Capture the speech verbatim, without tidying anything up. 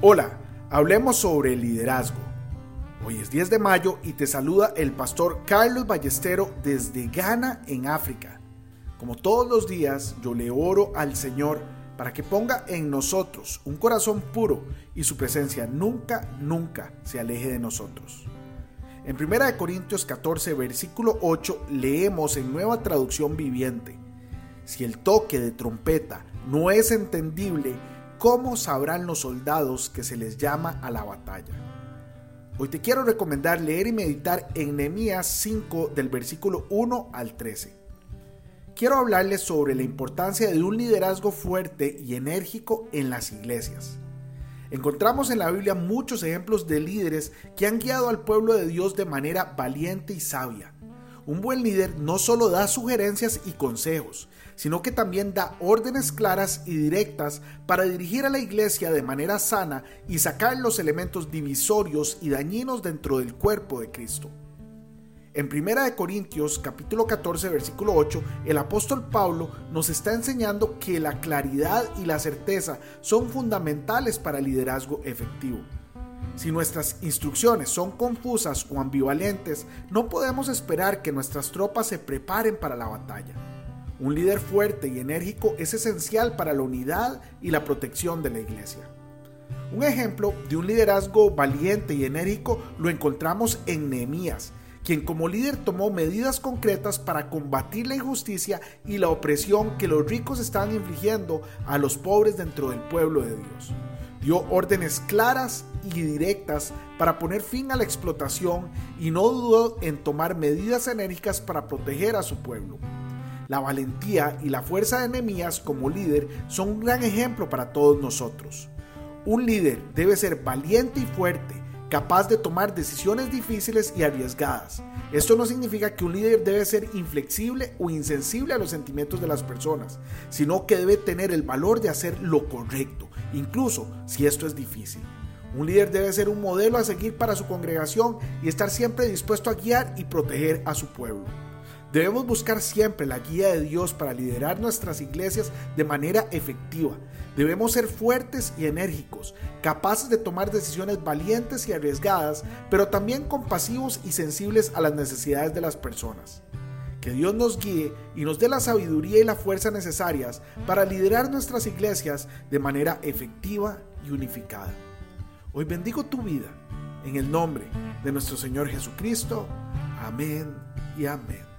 Hola, hablemos sobre el liderazgo. Hoy es diez de mayo y te saluda el pastor Carlos Ballestero desde Ghana, en África. Como todos los días, yo le oro al Señor para que ponga en nosotros un corazón puro y su presencia nunca, nunca se aleje de nosotros. En primera de Corintios catorce, versículo ocho, leemos en Nueva Traducción Viviente: si el toque de trompeta no es entendible, ¿cómo sabrán los soldados que se les llama a la batalla? Hoy te quiero recomendar leer y meditar en Nehemías cinco del versículo uno al trece. Quiero hablarles sobre la importancia de un liderazgo fuerte y enérgico en las iglesias. Encontramos en la Biblia muchos ejemplos de líderes que han guiado al pueblo de Dios de manera valiente y sabia. Un buen líder no solo da sugerencias y consejos, sino que también da órdenes claras y directas para dirigir a la iglesia de manera sana y sacar los elementos divisorios y dañinos dentro del cuerpo de Cristo. En primera de Corintios capítulo catorce versículo ocho, el apóstol Pablo nos está enseñando que la claridad y la certeza son fundamentales para el liderazgo efectivo. Si nuestras instrucciones son confusas o ambivalentes, no podemos esperar que nuestras tropas se preparen para la batalla. Un líder fuerte y enérgico es esencial para la unidad y la protección de la iglesia. Un ejemplo de un liderazgo valiente y enérgico lo encontramos en Nehemías, quien como líder tomó medidas concretas para combatir la injusticia y la opresión que los ricos estaban infligiendo a los pobres dentro del pueblo de Dios. Dio órdenes claras y directas para poner fin a la explotación y no dudó en tomar medidas enérgicas para proteger a su pueblo. La valentía y la fuerza de Nehemías como líder son un gran ejemplo para todos nosotros. Un líder debe ser valiente y fuerte, capaz de tomar decisiones difíciles y arriesgadas. Esto no significa que un líder debe ser inflexible o insensible a los sentimientos de las personas, sino que debe tener el valor de hacer lo correcto, incluso si esto es difícil. Un líder debe ser un modelo a seguir para su congregación y estar siempre dispuesto a guiar y proteger a su pueblo. Debemos buscar siempre la guía de Dios para liderar nuestras iglesias de manera efectiva. Debemos ser fuertes y enérgicos, capaces de tomar decisiones valientes y arriesgadas, pero también compasivos y sensibles a las necesidades de las personas. Que Dios nos guíe y nos dé la sabiduría y la fuerza necesarias para liderar nuestras iglesias de manera efectiva y unificada. Hoy bendigo tu vida en el nombre de nuestro Señor Jesucristo. Amén y amén.